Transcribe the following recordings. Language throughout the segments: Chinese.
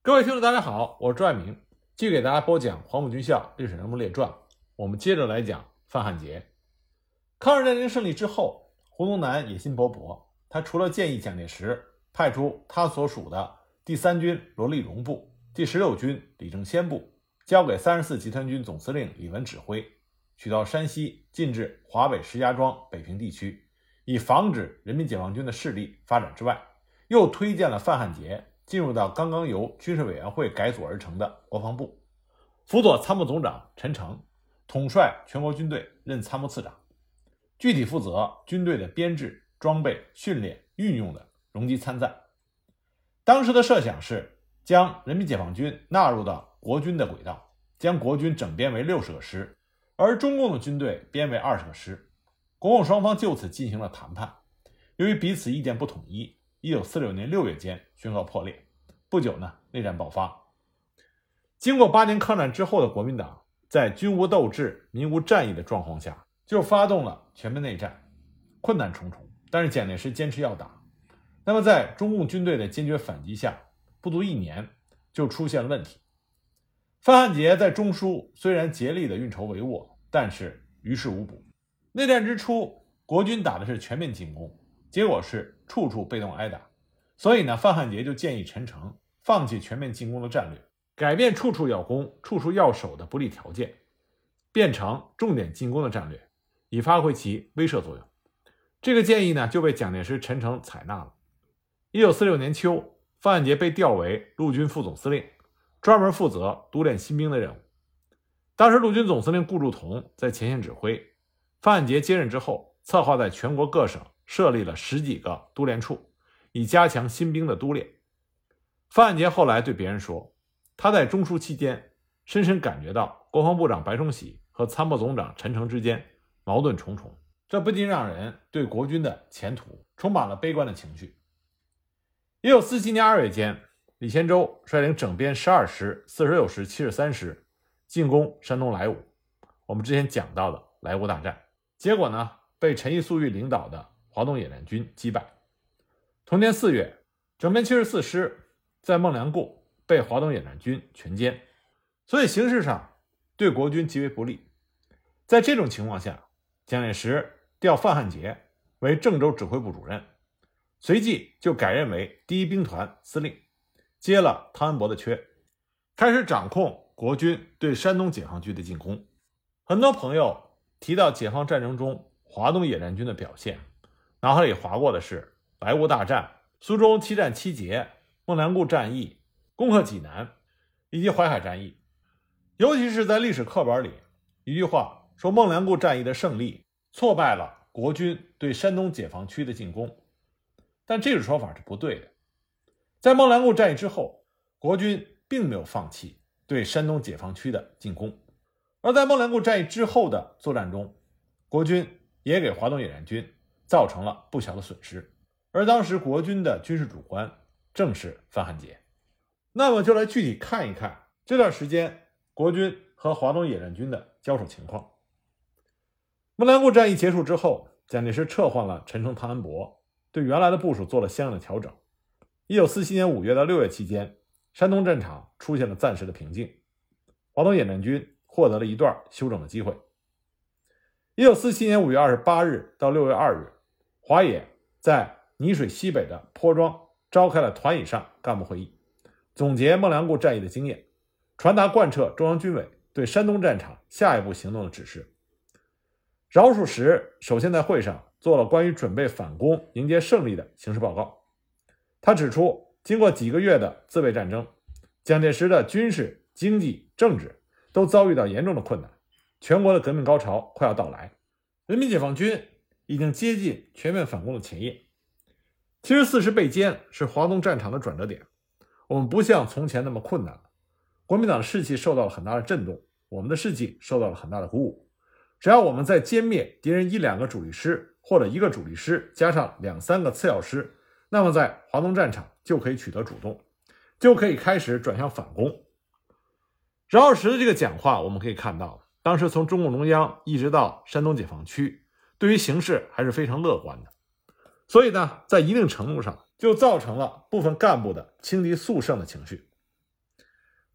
各位听众大家好，我是朱爱明，继续给大家播讲黄埔军校历史人物列传。我们接着来讲范汉杰。抗日战争胜利之后，胡宗南野心勃勃，他除了建议蒋介石派出他所属的第3军罗立荣部、第16军李正先部交给34集团军总司令李文指挥，取到山西进至华北石家庄、北平地区，以防止人民解放军的势力发展之外，又推荐了范汉杰进入到刚刚由军事委员会改组而成的国防部，辅佐参谋总长陈诚，统帅全国军队，任参谋次长，具体负责军队的编制、装备、训练、运用的容积参赞。当时的设想是将人民解放军纳入到国军的轨道，将国军整编为60个师，而中共的军队编为20个师。国共双方就此进行了谈判，由于彼此意见不统一，1946年6月间宣告破裂。不久呢，内战爆发。经过8年抗战之后的国民党，在军无斗志、民无战意的状况下，就发动了全面内战，困难重重。但是蒋介石坚持要打。那么在中共军队的坚决反击下，不足1年就出现了问题。范汉杰在中枢虽然竭力的运筹帷幄，但是于事无补。内战之初，国军打的是全面进攻，结果是处处被动挨打。所以呢，范汉杰就建议陈诚放弃全面进攻的战略，改变处处要攻、处处要守的不利条件，变成重点进攻的战略，以发挥其威慑作用。这个建议呢，就被蒋介石、陈诚采纳了。1946年秋，范汉杰被调为陆军副总司令，专门负责督练新兵的任务。当时陆军总司令顾祝同在前线指挥，范汉杰接任之后，策划在全国各省设立了10几个督练处，以加强新兵的督练。范汉杰后来对别人说，他在中枢期间深深感觉到国防部长白崇禧和参谋总长陈诚之间矛盾重重，这不禁让人对国军的前途充满了悲观的情绪。1947年2月间，李先洲率领整编12师、46师、73师进攻山东莱芜，我们之前讲到的莱芜大战，结果呢，被陈毅、粟裕领导的华东野战军击败。同年4月，整编74师在孟良崮被华东野战军全歼，所以形势上对国军极为不利。在这种情况下，蒋介石调范汉杰为郑州指挥部主任，随即就改任为第1兵团司令，接了汤恩伯的缺，开始掌控国军对山东解放区的进攻。很多朋友提到解放战争中华东野战军的表现，脑海里划过的是莱芜大战、苏中7战7捷、孟良崮战役、攻克济南以及淮海战役。尤其是在历史课本里，一句话说孟良崮战役的胜利挫败了国军对山东解放区的进攻，但这种说法是不对的。在孟良崮战役之后，国军并没有放弃对山东解放区的进攻，而在孟良崮战役之后的作战中，国军也给华东野战军造成了不小的损失，而当时国军的军事主官正是范汉杰。那么就来具体看一看这段时间国军和华东野战军的交手情况。孟良崮战役结束之后，蒋介石撤换了陈诚、汤恩伯，对原来的部署做了相应的调整。1947年5月到6月期间，山东战场出现了暂时的平静，华东野战军获得了一段休整的机会。1947年5月28日到6月2日，华野在泥水西北的坡庄召开了团以上干部会议，总结孟良崮战役的经验，传达贯彻中央军委对山东战场下一步行动的指示。饶漱石首先在会上做了关于准备反攻迎接胜利的形势报告。他指出，经过几个月的自卫战争，蒋介石的军事、经济、政治都遭遇到严重的困难，全国的革命高潮快要到来，人民解放军已经接近全面反攻的前夜。74师被歼是华东战场的转折点，我们不像从前那么困难了，国民党的士气受到了很大的震动，我们的士气受到了很大的鼓舞。只要我们在歼灭敌人1、2个主力师，或者1个主力师加上2、3个次要师，那么在华东战场就可以取得主动，就可以开始转向反攻。饶漱石的这个讲话我们可以看到，当时从中共中央一直到山东解放区，对于形势还是非常乐观的。所以呢，在一定程度上就造成了部分干部的轻敌速胜的情绪。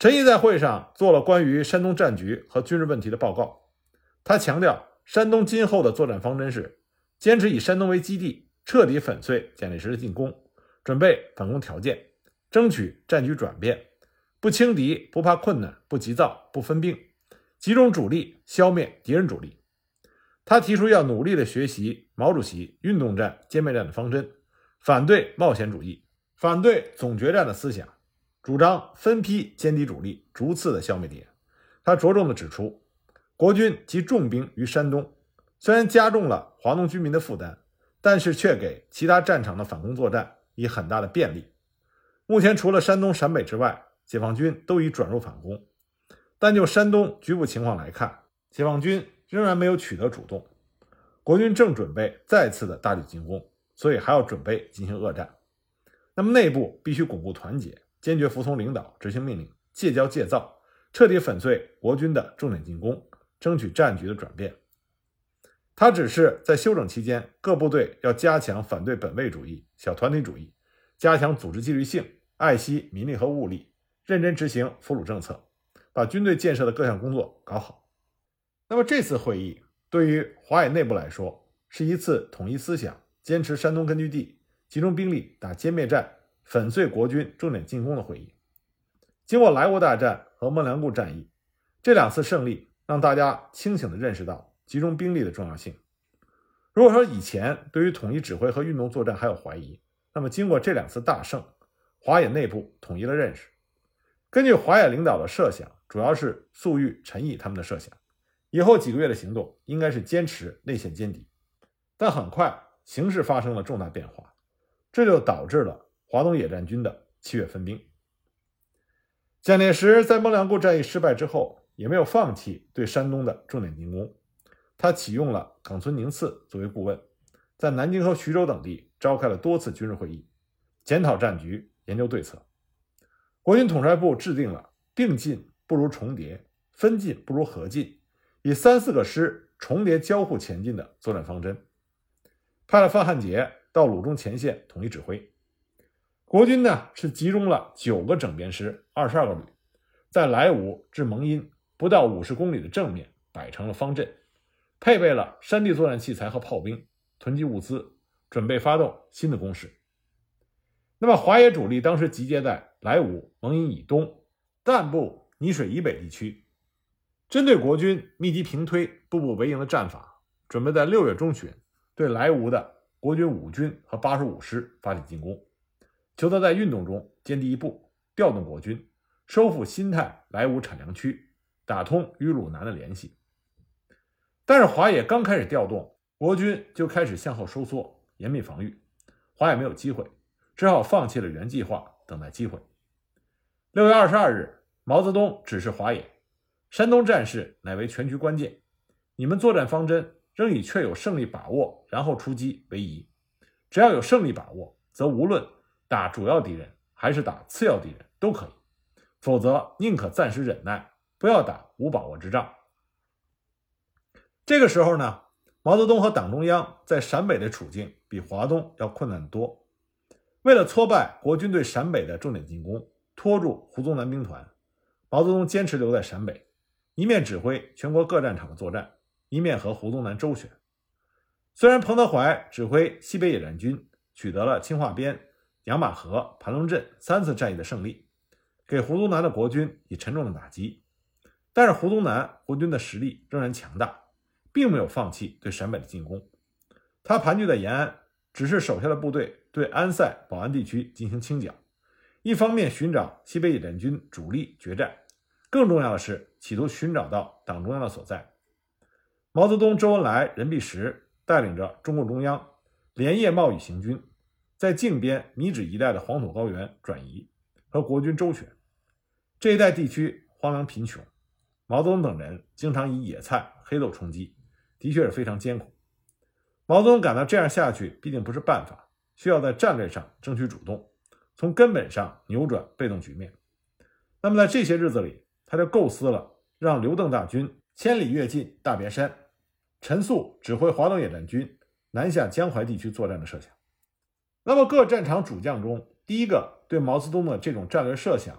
陈毅在会上做了关于山东战局和军事问题的报告。他强调，山东今后的作战方针是坚持以山东为基地，彻底粉碎蒋介石的进攻，准备反攻条件，争取战局转变，不轻敌，不怕困难，不急躁，不分兵，集中主力消灭敌人主力。他提出要努力地学习毛主席运动战、歼灭战的方针，反对冒险主义，反对总决战的思想，主张分批歼敌主力，逐次的消灭敌人。他着重地指出，国军集重兵于山东，虽然加重了华东军民的负担，但是却给其他战场的反攻作战以很大的便利。目前除了山东陕北之外，解放军都已转入反攻，但就山东局部情况来看，解放军仍然没有取得主动，国军正准备再次的大举进攻，所以还要准备进行恶战。那么内部必须巩固团结，坚决服从领导，执行命令，戒骄戒躁，彻底粉碎国军的重点进攻，争取战局的转变。他指示在休整期间，各部队要加强反对本位主义、小团体主义，加强组织纪律性，爱惜民力和物力，认真执行俘虏政策，把军队建设的各项工作搞好。那么这次会议对于华野内部来说，是一次统一思想、坚持山东根据地、集中兵力打歼灭战、粉碎国军重点进攻的会议。经过莱芜大战和孟良崮战役，这两次胜利让大家清醒地认识到集中兵力的重要性。如果说以前对于统一指挥和运动作战还有怀疑，那么经过这两次大胜，华野内部统一了认识。根据华野领导的设想，主要是粟裕、陈毅他们的设想，以后几个月的行动应该是坚持内线歼敌。但很快形势发生了重大变化，这就导致了华东野战军的7月分兵。蒋介石在孟良崮战役失败之后，也没有放弃对山东的重点进攻，他启用了冈村宁次作为顾问，在南京和徐州等地召开了多次军事会议，检讨战局，研究对策。国军统帅部制定了并进不如重叠，分进不如合进，以3、4个师重叠交互前进的作战方针，派了范汉杰到鲁中前线统一指挥。国军呢是集中了9个整编师、22个旅，在莱芜至蒙阴不到50公里的正面摆成了方阵，配备了山地作战器材和炮兵，囤积物资，准备发动新的攻势。那么华野主力当时集结在莱芜、蒙阴以东、赣部、泥水以北地区，针对国军密集平推、步步为营的战法，准备在6月中旬对莱芜的国军5军和85师发起进攻，求得在运动中歼敌一步，调动国军，收复新泰、莱芜产粮区，打通与鲁南的联系。但是华野刚开始调动，国军就开始向后收缩，严密防御，华野没有机会，只好放弃了原计划，等待机会。6月22日，毛泽东指示华野，山东战事乃为全局关键，你们作战方针仍以确有胜利把握然后出击为宜。只要有胜利把握，则无论打主要敌人还是打次要敌人都可以，否则宁可暂时忍耐，不要打无把握之仗。这个时候呢，毛泽东和党中央在陕北的处境比华东要困难得多。为了挫败国军对陕北的重点进攻，拖住胡宗南兵团，毛泽东坚持留在陕北，一面指挥全国各战场的作战，一面和胡宗南周旋。虽然彭德怀指挥西北野战军取得了青化边、养马河、盘龙镇3次战役的胜利，给胡宗南的国军以沉重的打击，但是胡宗南国军的实力仍然强大，并没有放弃对陕北的进攻。他盘踞在延安，指示手下的部队对安塞、宝安地区进行清剿，一方面寻找西北野战军主力决战，更重要的是企图寻找到党中央的所在。毛泽东、周恩来、任弼时带领着中共中央连夜冒雨行军，在靖边、米脂一带的黄土高原转移，和国军周旋。这一带地区荒凉贫穷，毛泽东等人经常以野菜、黑豆充饥，的确是非常艰苦。毛泽东感到这样下去必定不是办法，需要在战略上争取主动，从根本上扭转被动局面。那么在这些日子里，他就构思了让刘邓大军千里跃进大别山，陈粟指挥华东野战军南下江淮地区作战的设想。那么各战场主将中，第一个对毛泽东的这种战略设想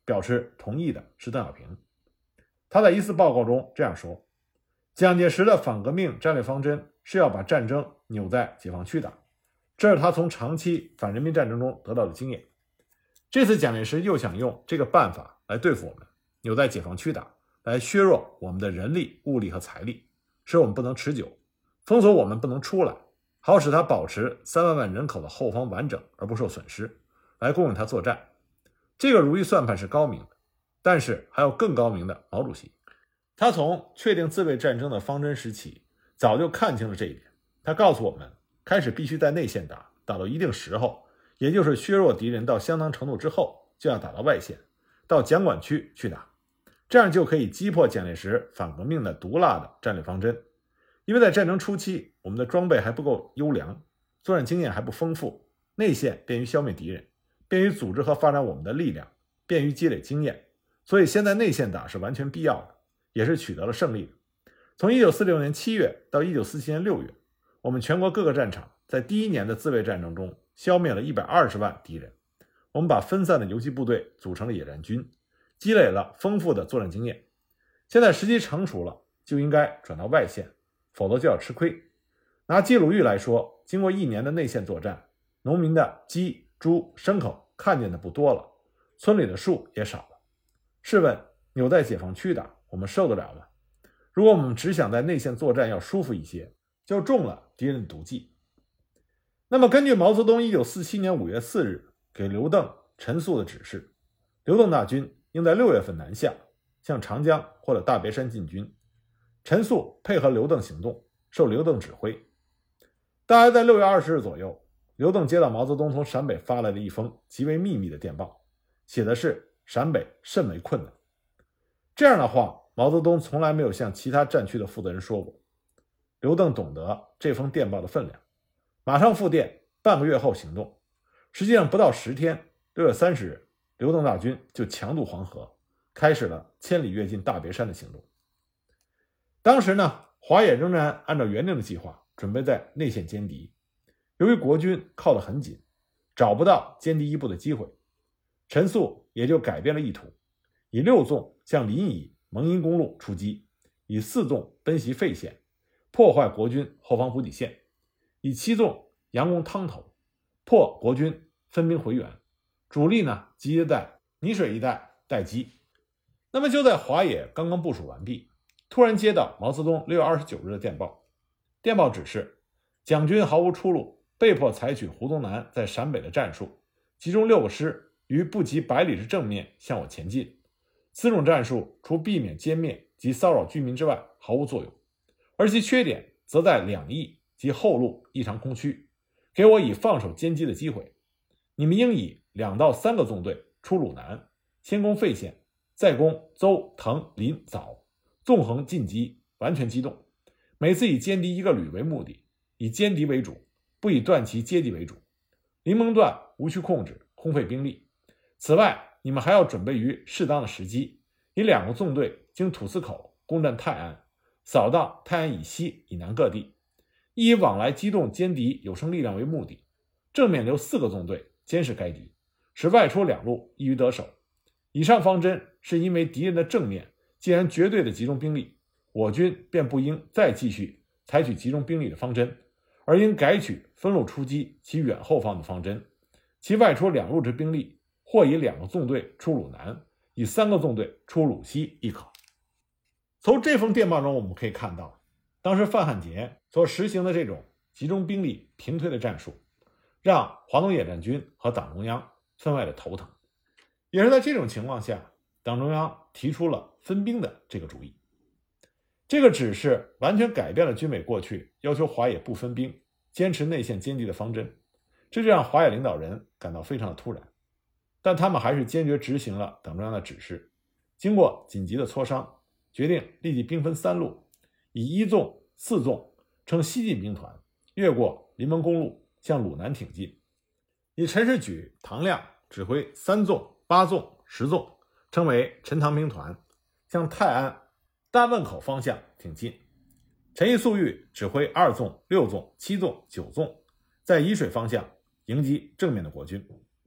表示同意的是邓小平。他在一次报告中这样说：蒋介石的反革命战略方针是要把战争扭在解放区打，这是他从长期反人民战争中得到的经验。这次蒋介石又想用这个办法来对付我们，扭在解放区打，来削弱我们的人力、物力和财力，使我们不能持久，封锁我们不能出来，好使他保持3万人口的后方完整而不受损失，来供应他作战。这个如意算盘是高明的，但是还有更高明的毛主席。他从确定自卫战争的方针时起，早就看清了这一点。他告诉我们，开始必须在内线打，打到一定时候，也就是削弱敌人到相当程度之后，就要打到外线，到蒋管区去打，这样就可以击破蒋介石反革命的毒辣的战略方针。因为在战争初期，我们的装备还不够优良，作战经验还不丰富，内线便于消灭敌人，便于组织和发展我们的力量，便于积累经验，所以先在内线打是完全必要的，也是取得了胜利的。从1946年7月到1947年6月，我们全国各个战场在第一年的自卫战争中消灭了120万敌人。我们把分散的游击部队组成了野战军，积累了丰富的作战经验。现在时机成熟了，就应该转到外线，否则就要吃亏。拿冀鲁豫来说，经过1年的内线作战，农民的鸡、猪、牲口看见的不多了，村里的树也少了。试问扭在解放区打，我们受得了吗？如果我们只想在内线作战要舒服一些，就中了敌人的毒计。那么根据毛泽东1947年5月4日给刘邓、陈粟的指示，刘邓大军应在6月份南下，向长江或者大别山进军。陈粟配合刘邓行动，受刘邓指挥。大约在6月20日左右，刘邓接到毛泽东从陕北发来的一封极为秘密的电报，写的是陕北甚为困难。这样的话，毛泽东从来没有向其他战区的负责人说过。刘邓懂得这封电报的分量，马上复电，半个月后行动。实际上不到10天，6月30日，刘邓大军就强渡黄河，开始了千里跃进大别山的行动。当时呢，华野仍然按照原定的计划，准备在内线歼敌。由于国军靠得很紧，找不到歼敌一步的机会，陈粟也就改变了意图，以6纵向临沂蒙阴公路出击，以4纵奔袭费县，破坏国军后方补给线，以7纵佯攻汤头，迫国军分兵回援，主力呢集结在泥水一带待机。那么就在华野刚刚部署完毕，突然接到毛泽东6月29日的电报。电报指示蒋军毫无出路，被迫采取胡宗南在陕北的战术，集中6个师于不及100里之正面向我前进。此种战术除避免歼灭及骚扰居民之外毫无作用，而其缺点则在两翼及后路异常空虚，给我以放手歼击的机会。你们应以2到3个纵队出鲁南，先攻费县，再攻邹、滕、临、枣，纵横进击，完全机动。每次以歼敌1个旅为目的，以歼敌为主，不以断其阶级为主。临蒙段无需控制，空费兵力。此外，你们还要准备于适当的时机，以2个纵队经土司口攻占泰安，扫荡泰安以西以南各地，以往来机动歼敌有生力量为目的，正面留4个纵队监视该敌，使外出2路易于得手。以上方针是因为敌人的正面既然绝对的集中兵力，我军便不应再继续采取集中兵力的方针，而应改取分路出击其远后方的方针，其外出2路之兵力，或以2个纵队出鲁南，以3个纵队出鲁西亦可。从这封电报中我们可以看到，当时范汉杰所实行的这种集中兵力平推的战术，让华东野战军和党中央分外的头疼。也是在这种情况下，党中央提出了分兵的这个主意。这个指示完全改变了军委过去要求华野不分兵，坚持内线歼敌的方针，这就让华野领导人感到非常的突然。但他们还是坚决执行了党中央的指示，经过紧急的磋商，决定立即兵分3路，以1纵、4纵乘西进兵团，越过临蒙公路向鲁南挺进，以陈士举、唐亮指挥3纵、8纵、10纵，称为陈唐兵团，向泰安大汶口方向挺进。陈毅、粟裕指挥2纵、6纵、7纵、9纵，在沂水方向迎击正面的国军。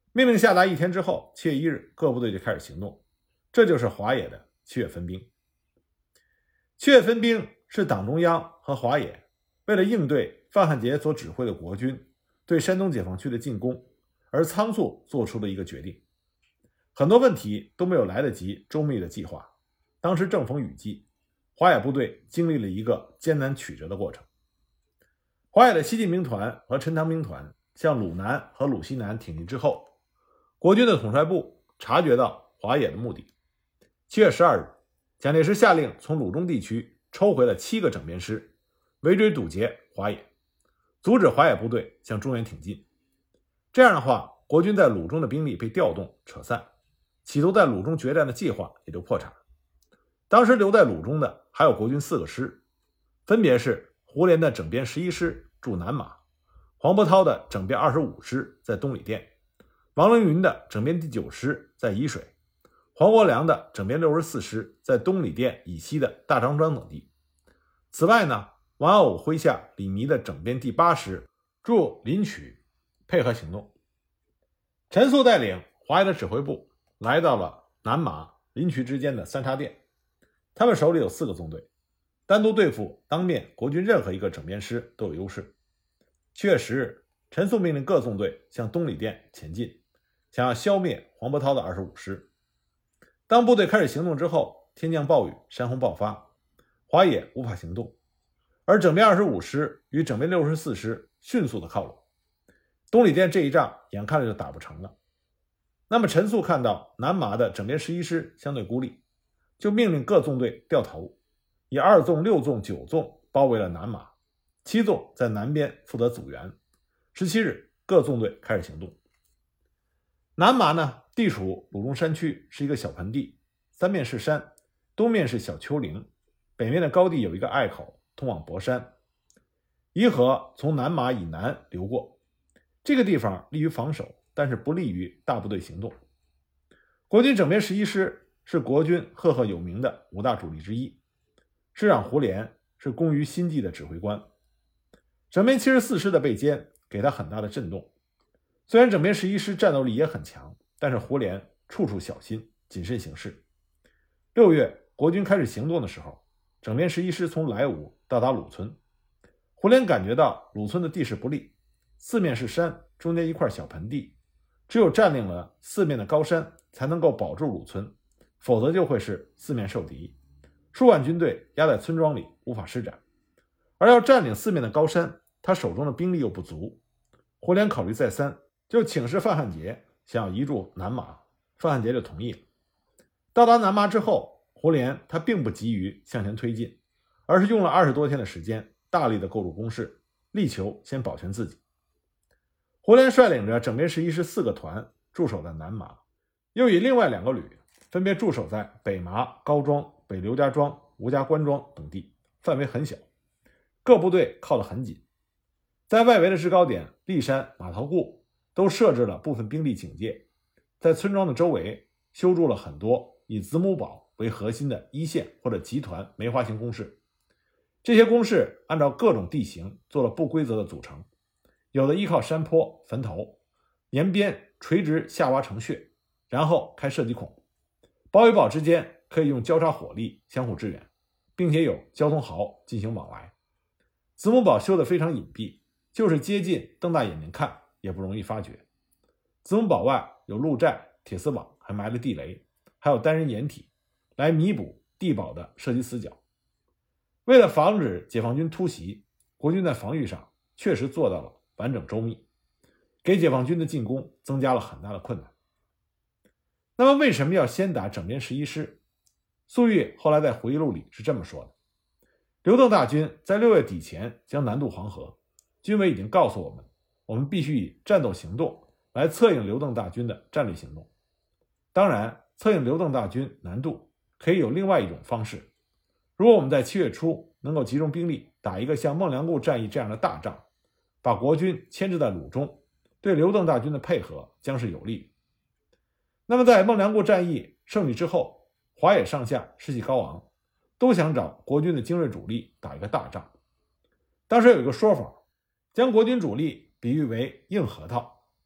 命令下达1天之后，7月1日，各部队就开始行动，这就是华野的7月分兵。7月分兵是党中央和华野为了应对范汉杰所指挥的国军对山东解放区的进攻而仓促做出的一个决定。很多问题都没有来得及周密的计划，当时正逢雨季，华野部队经历了一个艰难曲折的过程。华野的西进兵团和陈塘兵团向鲁南和鲁西南挺进之后，国军的统帅部察觉到华野的目的。7月12日，蒋介石下令从鲁中地区抽回了7个整编师，围追堵截华野，阻止华野部队向中原挺进。这样的话，国军在鲁中的兵力被调动扯散，企图在鲁中决战的计划也就破产。当时留在鲁中的还有国军4个师，分别是胡琏的整编11师驻南马，黄伯韬的整编25师在东里店，王凌云的整编第9师在沂水，黄国良的整编64师在东里店以西的大张庄等地。此外呢，王耀武麾下李弥的整编第8师驻临曲，配合行动。陈粟带领华野的指挥部来到了南马、临渠之间的三叉店，他们手里有4个纵队，单独对付当面国军任何一个整编师都有优势。7月10日，陈粟命令各纵队向东里店前进，想要消灭黄伯韬的25师。当部队开始行动之后，天降暴雨，山洪爆发，华野无法行动，而整编25师与整编64师迅速的靠拢，东里店这一仗眼看着就打不成了。那么陈粟看到南马的整编11师相对孤立，就命令各纵队掉头，以2纵、6纵、9纵包围了南马，7纵在南边负责阻援。17日，各纵队开始行动。南马呢，地处鲁中山区，是一个小盆地，三面是山，东面是小丘陵，北面的高地有一个隘口通往博山。沂河从南马以南流过，这个地方利于防守，但是不利于大部队行动。国军整编11师是国军赫赫有名的5大主力之一，师长胡琏是攻于新地的指挥官。整编74师的被歼给他很大的震动，虽然整编11师战斗力也很强，但是胡琏处处小心，谨慎行事。6月，国军开始行动的时候，整编11师从莱芜到达鲁村。胡琏感觉到鲁村的地势不利，四面是山，中间一块小盆地，只有占领了四面的高山才能够保住鲁村，否则就会是四面受敌，数万军队压在村庄里无法施展。而要占领四面的高山，他手中的兵力又不足。胡琏考虑再三，就请示范汉杰想要移驻南马，范汉杰就同意了。到达南麻之后，胡琏他并不急于向前推进，而是用了20多天的时间，大力的构筑工事，力求先保全自己。胡琏率领着整编11师4个团驻守在南麻，又以另外2个旅分别驻守在北麻、高庄、北刘家庄、吴家关庄等地，范围很小，各部队靠得很紧。在外围的制高点骊山、马头固都设置了部分兵力警戒，在村庄的周围修筑了很多以子母堡为核心的一线或者集团梅花型工事。这些工事按照各种地形做了不规则的组成，有的依靠山坡、坟头，沿边垂直下挖成穴，然后开射击孔。堡与堡之间可以用交叉火力相互支援，并且有交通壕进行往来。子母堡修得非常隐蔽，就是接近瞪大眼睛看也不容易发觉。子母堡外有鹿寨、铁丝网，还埋了地雷，还有单人掩体来弥补地堡的射击死角。为了防止解放军突袭，国军在防御上确实做到了完整周密，给解放军的进攻增加了很大的困难。那么为什么要先打整编11师？粟裕后来在回忆录里是这么说的：刘邓大军在6月底前将南渡黄河，军委已经告诉我们，我们必须以战斗行动来策应刘邓大军的战略行动。当然，策应刘邓大军南渡可以有另外一种方式。如果我们在7月初能够集中兵力打一个像孟良崮战役这样的大仗，把国军牵制在鲁中，对刘邓大军的配合将是有利的。那么在孟良崮战役胜利之后，华野上下士气高昂，都想找国军的精锐主力打一个大仗。当时有一个说法，将国军主力比喻为硬核桃，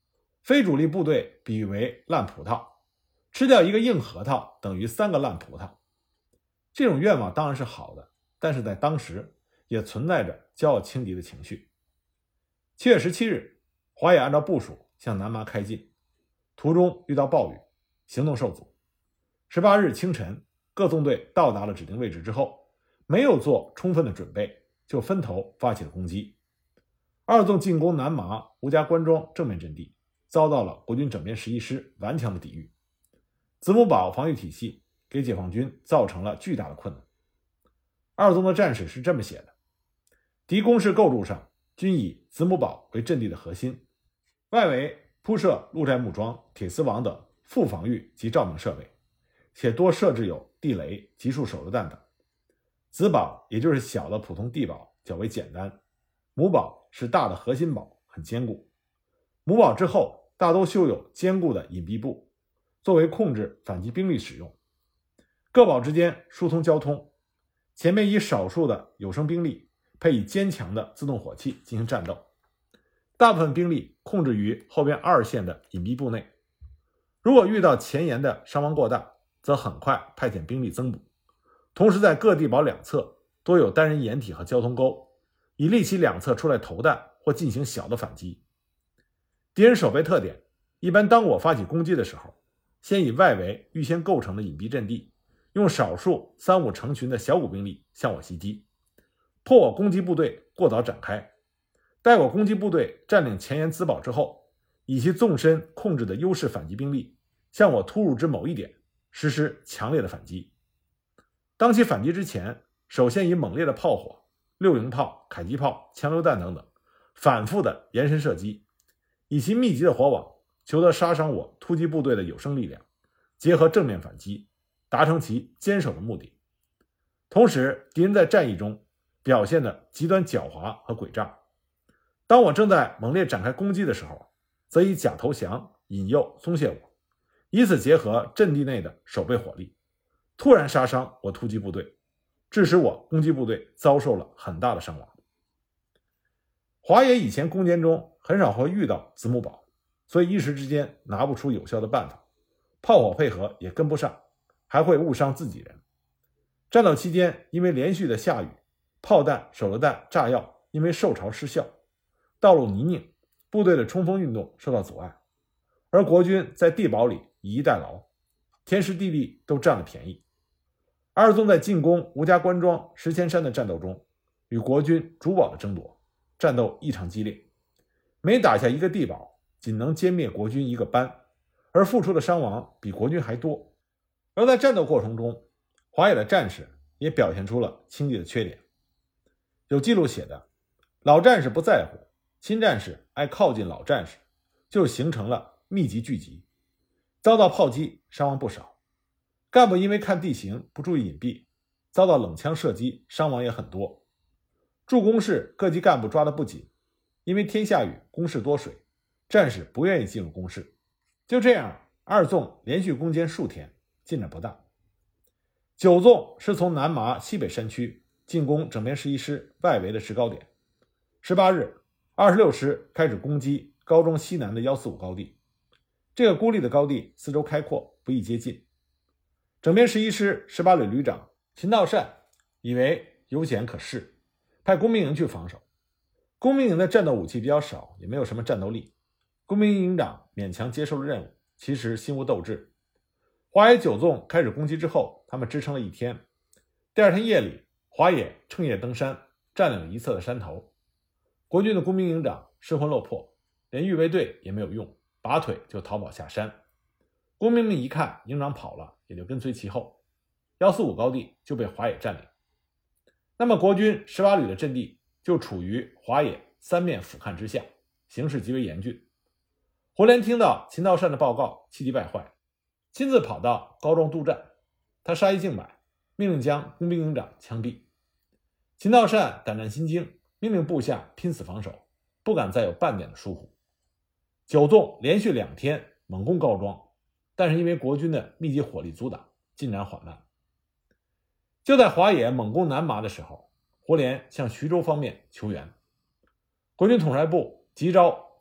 非主力部队比喻为烂葡萄，吃掉一个硬核桃等于3个烂葡萄。这种愿望当然是好的，但是在当时也存在着骄傲轻敌的情绪。7月17日，华野按照部署向南麻开进，途中遇到暴雨，行动受阻。18日清晨，各纵队到达了指定位置之后，没有做充分的准备，就分头发起了攻击。2纵进攻南麻吴家关庄正面阵地，遭到了国军整编11师顽强的抵御。子母堡防御体系给解放军造成了巨大的困难。2纵的战史是这么写的：敌攻势构筑上均以子母堡为阵地的核心，外围铺设鹿寨木桩、铁丝网等副防御及照明设备，且多设置有地雷、集束手榴弹等。子堡也就是小的普通地堡较为简单，母堡是大的核心堡，很坚固。母堡之后大都修有坚固的隐蔽部，作为控制反击兵力使用。各堡之间疏通交通，前面以少数的有生兵力配以坚强的自动火器进行战斗，大部分兵力控制于后边2线的隐蔽部内。如果遇到前沿的伤亡过大，则很快派遣兵力增补，同时在各地堡两侧多有单人掩体和交通沟，以利其两侧出来投弹或进行小的反击。敌人守备特点，一般当我发起攻击的时候，先以外围预先构成的隐蔽阵地，用少数3、5成群的小股兵力向我袭击，迫我攻击部队过早展开。待我攻击部队占领前沿子堡之后，以其纵深控制的优势反击兵力向我突入之某一点实施强烈的反击。当其反击之前，首先以猛烈的炮火、六营炮、迫击炮、枪榴弹等等反复的延伸射击，以其密集的火网求得杀伤我突击部队的有生力量，结合正面反击，达成其坚守的目的。同时，敌人在战役中表现得极端狡猾和诡诈。当我正在猛烈展开攻击的时候，则以假投降引诱松懈我，以此结合阵地内的守备火力，突然杀伤我突击部队，致使我攻击部队遭受了很大的伤亡。华野以前攻坚中很少会遇到子母堡，所以一时之间拿不出有效的办法，炮火配合也跟不上，还会误伤自己人。战斗期间因为连续的下雨，炮弹、手榴弹、炸药因为受潮失效，道路泥泞，部队的冲锋运动受到阻碍，而国军在地堡里以逸待劳，天时地利都占了便宜。2纵在进攻吴家关庄、石前山的战斗中，与国军主堡的争夺，战斗异常激烈，每打下一个地堡，仅能歼灭国军一个班，而付出的伤亡比国军还多。而在战斗过程中，华野的战士也表现出了轻敌的缺点。有记录写的，老战士不在乎，新战士爱靠近老战士，就形成了密集聚集，遭到炮击，伤亡不少。干部因为看地形不注意隐蔽，遭到冷枪射击，伤亡也很多。驻工事各级干部抓得不紧，因为天下雨，工事多水，战士不愿意进入工事。就这样，2纵连续攻坚数天，进展不大。9纵是从南麻西北山区进攻整编11师外围的制高点。18日，26师开始攻击高中西南的145高地。这个孤立的高地四周开阔，不易接近。整编11师18旅旅长秦道善以为有险可恃，派工兵营去防守。工兵营的战斗武器比较少，也没有什么战斗力。工兵营营长勉强接受了任务，其实心无斗志。华野9纵开始攻击之后，他们支撑了一天。第二天夜里，华野趁夜登山，占领了一侧的山头。国军的工兵营长失魂落魄，连预备队也没有用，拔腿就逃跑下山。工兵们一看营长跑了，也就跟随其后，145高地就被华野占领。那么国军18旅的阵地就处于华野3面俯瞰之下，形势极为严峻。胡琏听到秦道善的报告，气急败坏，亲自跑到高庄督战。他杀一儆百，命令将工兵营长枪毙。秦道善胆战心惊，命令部下拼死防守，不敢再有半点的疏忽。9纵连续2天猛攻高庄，但是因为国军的密集火力阻挡，进展缓慢。就在华野猛攻南麻的时候，胡琏向徐州方面求援。国军统帅部急召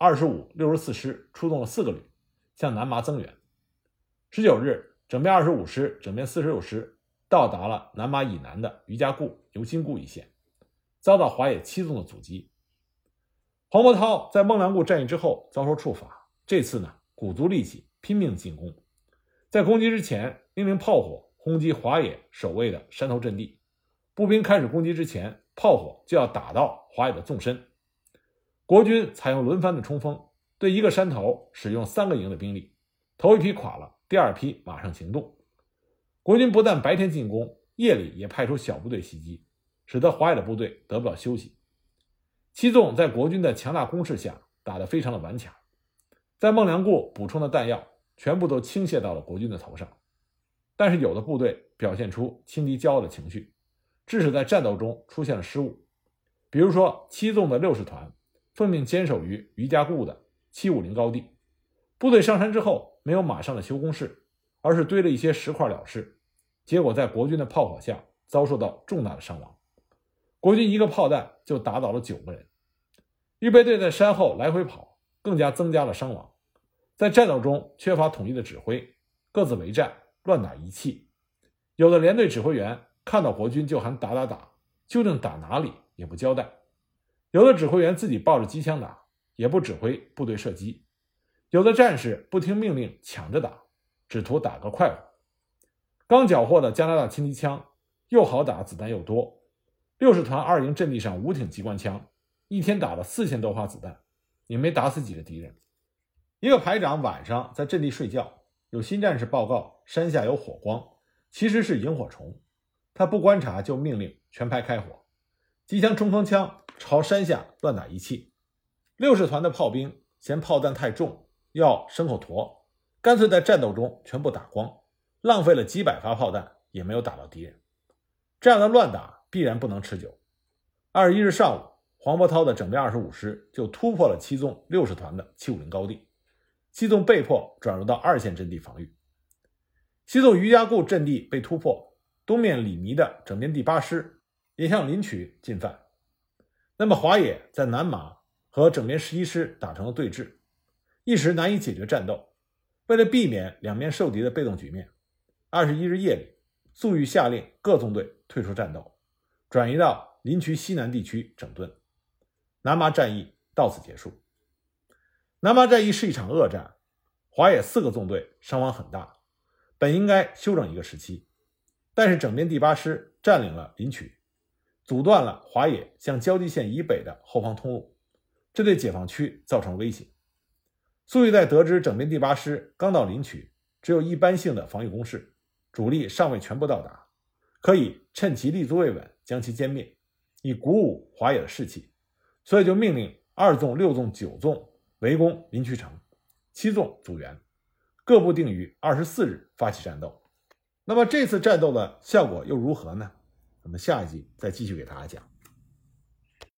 25、64师出动了4个旅向南麻增援。19日，整编25师、整编46师到达了南麻以南的余家固、牛心固一线，遭到华野七纵的阻击。黄伯韬在孟良崮战役之后遭受处罚，这次呢鼓足力气拼命进攻，在攻击之前命令炮火轰击华野守卫的山头阵地，步兵开始攻击之前，炮火就要打到华野的纵深。国军采用轮番的冲锋，对一个山头使用3个营的兵力，头一批垮了，第二批马上行动。国军不但白天进攻，夜里也派出小部队袭击，使得华野的部队得不到休息。七纵在国军的强大攻势下打得非常的顽强，在孟良崮补充的弹药全部都倾泻到了国军的头上，但是有的部队表现出轻敌骄傲的情绪，致使在战斗中出现了失误。比如说七纵的60团奉命坚守于余家固的750高地，部队上山之后没有马上的修工事，而是堆了一些石块了事，结果在国军的炮火下遭受到重大的伤亡。国军一个炮弹就打倒了9个人。预备队在山后来回跑，更加增加了伤亡。在战斗中缺乏统一的指挥，各自为战，乱打一气。有的连队指挥员看到国军就喊打打打，究竟打哪里也不交代。有的指挥员自己抱着机枪打，也不指挥部队射击。有的战士不听命令抢着打，只图打个快活。刚缴获的加拿大轻敌枪又好打，子弹又多。60团2营阵地上5挺机关枪，一天打了4000多发子弹，也没打死几个敌人。一个排长晚上在阵地睡觉，有新战士报告山下有火光，其实是萤火虫。他不观察就命令全排开火，机枪冲锋枪朝山下乱打一气。60团的炮兵嫌炮弹太重，要牲口驮，干脆在战斗中全部打光，浪费了几百发炮弹，也没有打到敌人。这样的乱打必然不能持久。21日上午，黄伯韬的整编25师就突破了七纵60团的750高地，七纵被迫转入到2线阵地防御。七纵余家固阵地被突破，东面李弥的整编第8师也向临渠进犯。那么华野在南麻和整编11师打成了对峙，一时难以解决战斗。为了避免两面受敌的被动局面，21日夜里，粟裕下令各纵队退出战斗，转移到临渠西南地区整顿。南麻战役到此结束。南麻战役是一场恶战，华野4个纵队伤亡很大，本应该休整一个时期，但是整编第8师占领了临渠，阻断了华野向胶济县以北的后方通路，这对解放区造成威胁。粟裕在得知整编第8师刚到临渠，只有一般性的防御工事，主力尚未全部到达，可以趁其立足未稳将其歼灭，以鼓舞华野的士气，所以就命令2纵、6纵、9纵围攻临渠城，7纵阻援，各部定于24日发起战斗。那么这次战斗的效果又如何呢？我们下一集再继续给大家讲。